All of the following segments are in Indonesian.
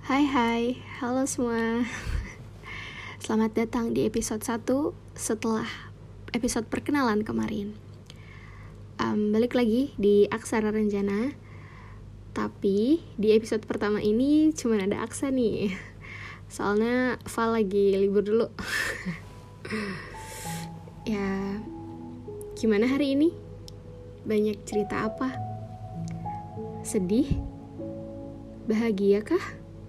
Hai, halo semua. Selamat datang di episode 1 setelah episode perkenalan kemarin. Balik lagi di Aksara Renjana. Tapi di episode pertama ini cuma ada Aksa nih. Soalnya Val lagi libur dulu. Ya, gimana hari ini? Banyak cerita apa? Sedih? Bahagia kah?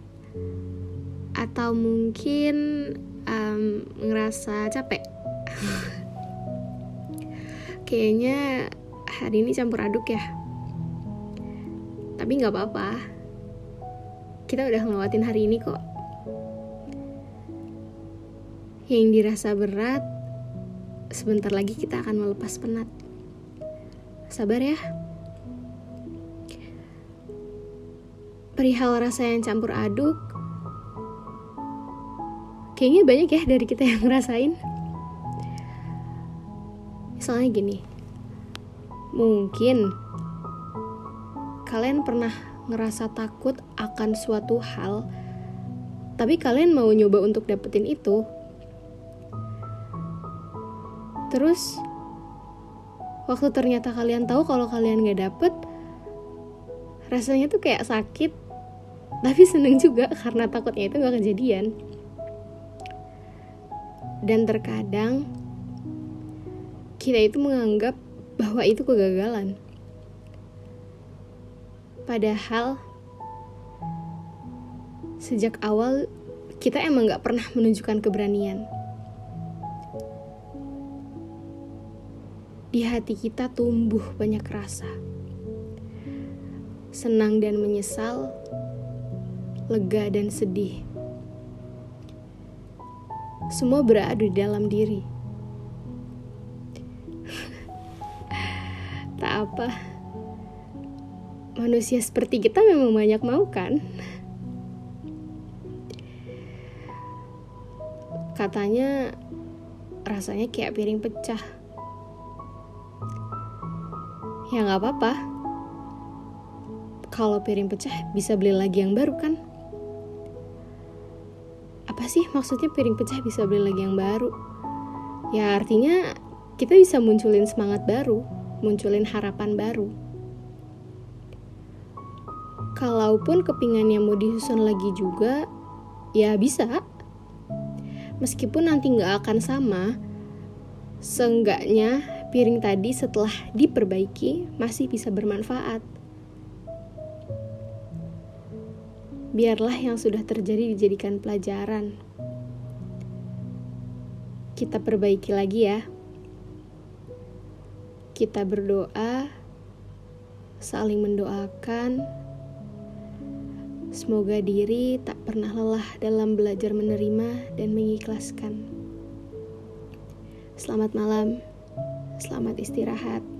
Atau mungkin ngerasa capek? Kayaknya hari ini campur aduk ya. Tapi gak apa-apa, kita udah ngelewatin hari ini kok. Yang dirasa berat, sebentar lagi kita akan melepas penat. Sabar ya. Perihal rasa yang campur aduk, kayaknya banyak ya dari kita yang ngerasain. Misalnya gini, mungkin kalian pernah ngerasa takut akan suatu hal, tapi kalian mau nyoba untuk dapetin itu. Terus waktu ternyata kalian tahu kalau kalian gak dapet, rasanya tuh kayak sakit, tapi seneng juga karena takutnya itu gak kejadian. Dan terkadang kita itu menganggap bahwa itu kegagalan. Padahal sejak awal kita emang gak pernah menunjukkan keberanian. Di hati kita tumbuh banyak rasa. Senang dan menyesal, lega dan sedih. Semua beradu di dalam diri. Tak apa. Manusia seperti kita memang banyak mau kan? Katanya rasanya kayak piring pecah. Ya gak apa-apa. Kalau piring pecah bisa beli lagi yang baru kan? Apa sih maksudnya piring pecah bisa beli lagi yang baru? Ya artinya kita bisa munculin semangat baru, munculin harapan baru. Kalaupun kepingannya mau disusun lagi juga, ya bisa. Meskipun nanti gak akan sama, seenggaknya piring tadi setelah diperbaiki masih bisa bermanfaat. Biarlah yang sudah terjadi dijadikan pelajaran. Kita perbaiki lagi ya. Kita berdoa, saling mendoakan. Semoga diri tak pernah lelah dalam belajar menerima dan mengikhlaskan. Selamat malam, selamat istirahat.